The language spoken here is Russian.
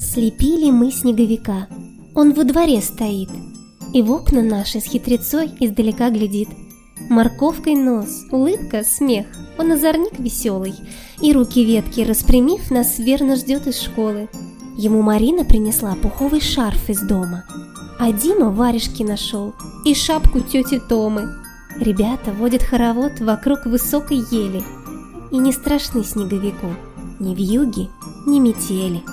Слепили мы снеговика, он во дворе стоит, и в окна наши с хитрецой издалека глядит. Морковкой нос, улыбка, смех, он озорник веселый, и руки ветки распрямив, нас верно ждет из школы. Ему Марина принесла пуховый шарф из дома, а Дима варежки нашел и шапку тети Томы. Ребята водят хоровод вокруг высокой ели, и не страшны снеговику ни вьюги, ни метели.